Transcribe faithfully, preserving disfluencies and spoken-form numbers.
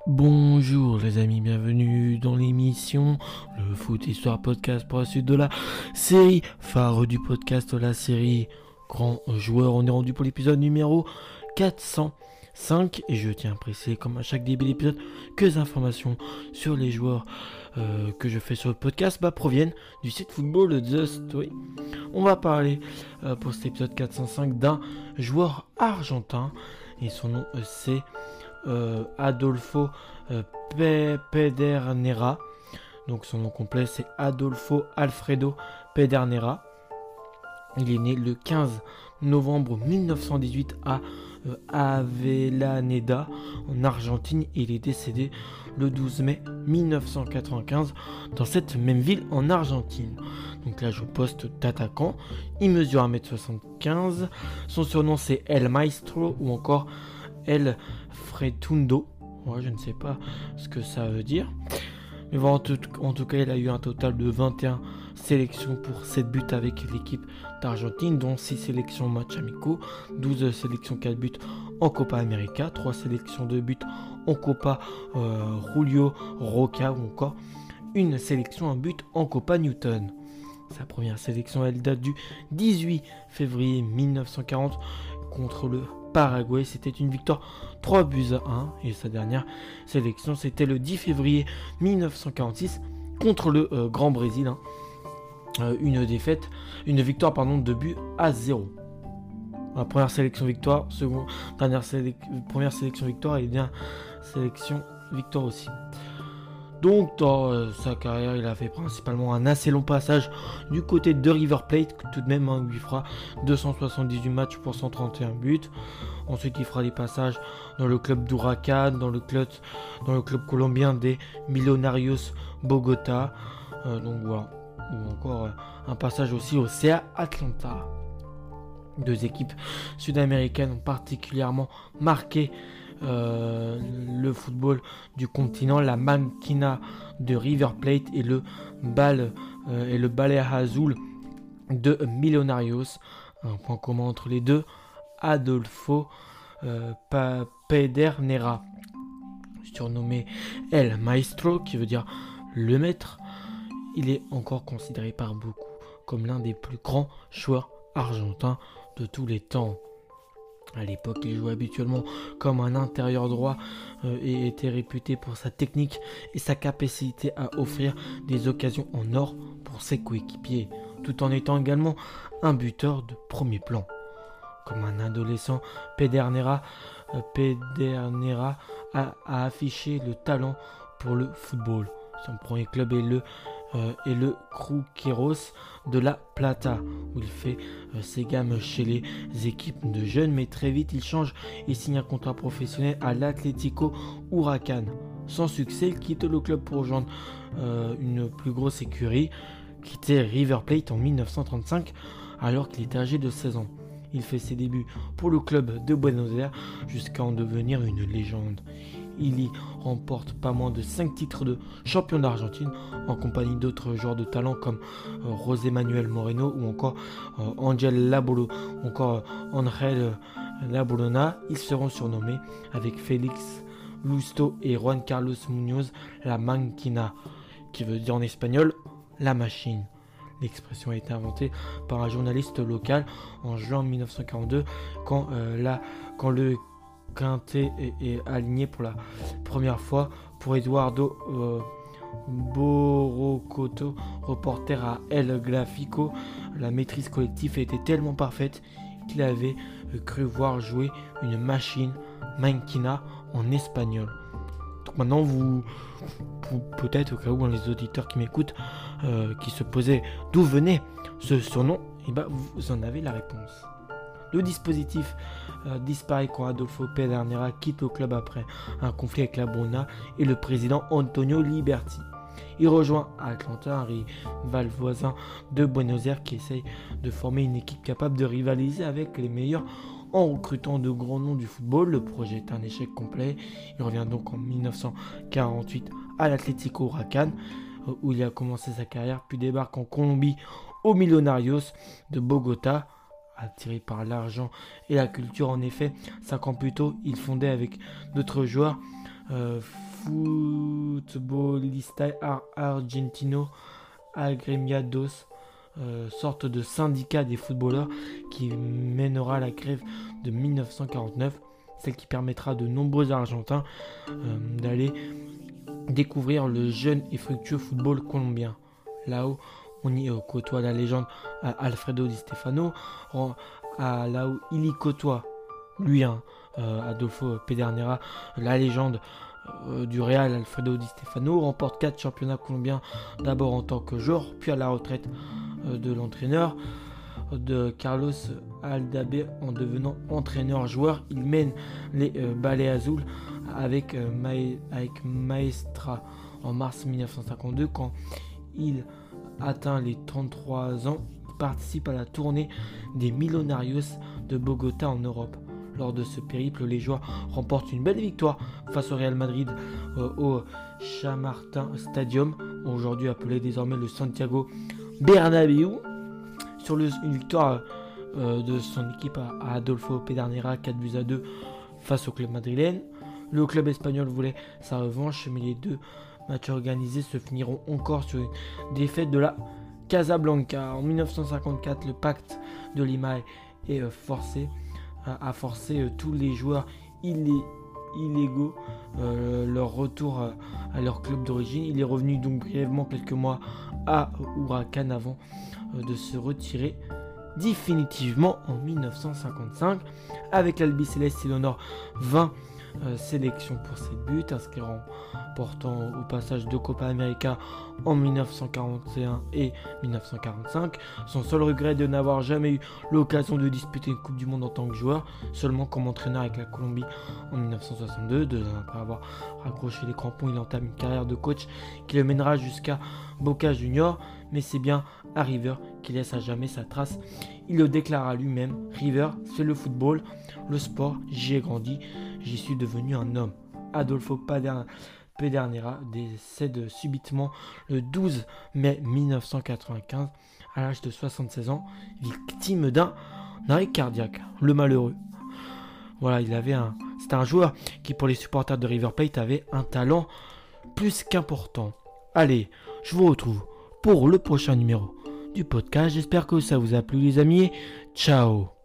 Bonjour les amis, bienvenue dans l'émission Le Foot Histoire Podcast pour la suite de la série phare du podcast, la série Grand Joueur. On est rendu pour l'épisode numéro quatre cent cinq et je tiens à préciser comme à chaque début d'épisode que les informations sur les joueurs euh, que je fais sur le podcast bah, proviennent du site Football The Story. On va parler euh, pour cet épisode quatre cent cinq d'un joueur argentin et son nom euh, c'est Euh, Adolfo euh, Pe- Pedernera. Donc son nom complet c'est Adolfo Alfredo Pedernera. Il est né le quinze novembre mille neuf cent dix-huit à euh, Avellaneda en Argentine et il est décédé le douze mai mille neuf cent quatre-vingt-quinze dans cette même ville en Argentine. Donc là je poste d'attaquant. Il mesure un mètre soixante-quinze. Son surnom c'est El Maestro ou encore El Fretundo. Ouais, je ne sais pas ce que ça veut dire. Mais bon, en, tout, en tout cas, il a eu un total de vingt et un sélections pour sept buts avec l'équipe d'Argentine, dont six sélections matchs amicaux, douze sélections quatre buts en Copa América, trois sélections de buts en Copa euh, Julio Roca ou encore une sélection un but en Copa Newton. Sa première sélection, elle date du dix-huit février mille neuf cent quarante contre le Paraguay. C'était une victoire trois buts à un et sa dernière sélection c'était le dix février mille neuf cent quarante-six contre le euh, Grand Brésil, hein. euh, une défaite, une victoire pardon deux buts à zéro. La première sélection victoire, seconde, dernière sélec- première sélection victoire et dernière sélection victoire aussi. Donc dans euh, sa carrière, il a fait principalement un assez long passage du côté de River Plate, tout de même hein, lui fera deux cent soixante-dix-huit matchs pour cent trente et un buts. Ensuite, il fera des passages dans le club d'Huracan, dans le club, dans le club colombien des Millonarios Bogota. Euh, donc voilà, ou encore euh, un passage aussi au C A Atlanta. Deux équipes sud-américaines ont particulièrement marqué Euh, le football du continent, la Máquina de River Plate et le Bal euh, et le Ballet Azul de Millonarios. Un point commun entre les deux, Adolfo euh, Pa- Pedernera, surnommé El Maestro, qui veut dire le maître. Il est encore considéré par beaucoup comme l'un des plus grands joueurs argentins de tous les temps. À l'époque, il jouait habituellement comme un intérieur droit euh, et était réputé pour sa technique et sa capacité à offrir des occasions en or pour ses coéquipiers, tout en étant également un buteur de premier plan. Comme un adolescent, Pedernera, euh, Pedernera a, a affiché le talent pour le football. Son premier club est le Euh, et le Cruqueros de la Plata, où il fait euh, ses gammes chez les équipes de jeunes, mais très vite il change et signe un contrat professionnel à l'Atlético Huracan. Sans succès, il quitte le club pour rejoindre euh, une plus grosse écurie, quittait River Plate en mille neuf cent trente-cinq alors qu'il était âgé de seize ans. Il fait ses débuts pour le club de Buenos Aires jusqu'à en devenir une légende. Il y remporte pas moins de cinq titres de champion d'Argentine en compagnie d'autres joueurs de talent comme euh, José Manuel Moreno ou encore euh, Angel Labolo ou encore euh, Angel euh, Labolona. Ils seront surnommés avec Félix Lusto et Juan Carlos Muñoz la Máquina, qui veut dire en espagnol la machine. L'expression a été inventée par un journaliste local en juin mille neuf cent quarante-deux quand, euh, la, quand le Quintet est, est aligné pour la première fois pour Eduardo euh, Borocoto, reporter à El Gráfico. La maîtrise collective était tellement parfaite qu'il avait euh, cru voir jouer une machine, Máquina, en espagnol. Donc maintenant, vous, vous peut-être au cas où hein, les auditeurs qui m'écoutent, euh, qui se posaient d'où venait ce surnom, et ben, vous en avez la réponse. Le dispositif euh, disparaît quand Adolfo Pedernera quitte le club après un conflit avec la Bruna et le président Antonio Liberti. Il rejoint Atlanta, un rival voisin de Buenos Aires qui essaye de former une équipe capable de rivaliser avec les meilleurs en recrutant de grands noms du football. Le projet est un échec complet. Il revient donc en mille neuf cent quarante-huit à l'Atlético Huracan euh, où il a commencé sa carrière, puis débarque en Colombie aux Millonarios de Bogota. Attiré par l'argent et la culture, en effet, cinq ans plus tôt, il fondait avec d'autres joueurs euh, Futbolista Argentino Agremiados, euh, sorte de syndicat des footballeurs qui mènera la grève de mille neuf cent quarante-neuf, celle qui permettra à de nombreux Argentins euh, d'aller découvrir le jeune et fructueux football colombien. Là-haut, on y euh, côtoie la légende euh, Alfredo Di Stefano, en, à, là où il y côtoie, lui, hein, euh, Adolfo Pedernera, la légende euh, du Real Alfredo Di Stefano, remporte quatre championnats colombiens, d'abord en tant que joueur, puis à la retraite euh, de l'entraîneur de Carlos Aldabe en devenant entraîneur-joueur. Il mène les euh, Balais Azul avec, euh, Mae- avec Maestra en mars mille neuf cent cinquante-deux. Quand il atteint les trente-trois ans, il participe à la tournée des Millonarios de Bogota en Europe. Lors de ce périple, les joueurs remportent une belle victoire face au Real Madrid euh, au Chamartin Stadium, aujourd'hui appelé désormais le Santiago Bernabéu. Sur le, une victoire euh, de son équipe à, à Adolfo Pedernera, quatre buts à deux face au club madrilène. Le club espagnol voulait sa revanche, mais les deux matchs organisés se finiront encore sur une défaite de la Casablanca. En mille neuf cent cinquante-quatre, le pacte de Lima est euh, forcé, euh, a forcé euh, tous les joueurs illé- illégaux euh, leur retour euh, à leur club d'origine. Il est revenu donc brièvement quelques mois à Huracan avant euh, de se retirer définitivement en mille neuf cent cinquante-cinq. Avec l'Albiceleste, il honore vingt euh, sélections pour ses buts, inscrivant portant au passage deux Copa América en mille neuf cent quarante et un et mille neuf cent quarante-cinq. Son seul regret est de n'avoir jamais eu l'occasion de disputer une Coupe du Monde en tant que joueur, seulement comme entraîneur avec la Colombie en mille neuf cent soixante-deux. Deux ans après avoir raccroché les crampons, il entame une carrière de coach qui le mènera jusqu'à Boca Juniors, mais c'est bien à River qui laisse à jamais sa trace. Il le déclara lui-même: River, c'est le football, le sport, j'y ai grandi, j'y suis devenu un homme. Adolfo Pedernera décède subitement le douze mai mille neuf cent quatre-vingt-quinze à l'âge de soixante-seize ans, victime d'un arrêt cardiaque. Le malheureux. Voilà, il avait un, c'était un joueur qui, pour les supporters de River Plate, avait un talent plus qu'important. Allez, je vous retrouve pour le prochain numéro du podcast. J'espère que ça vous a plu, les amis. Ciao.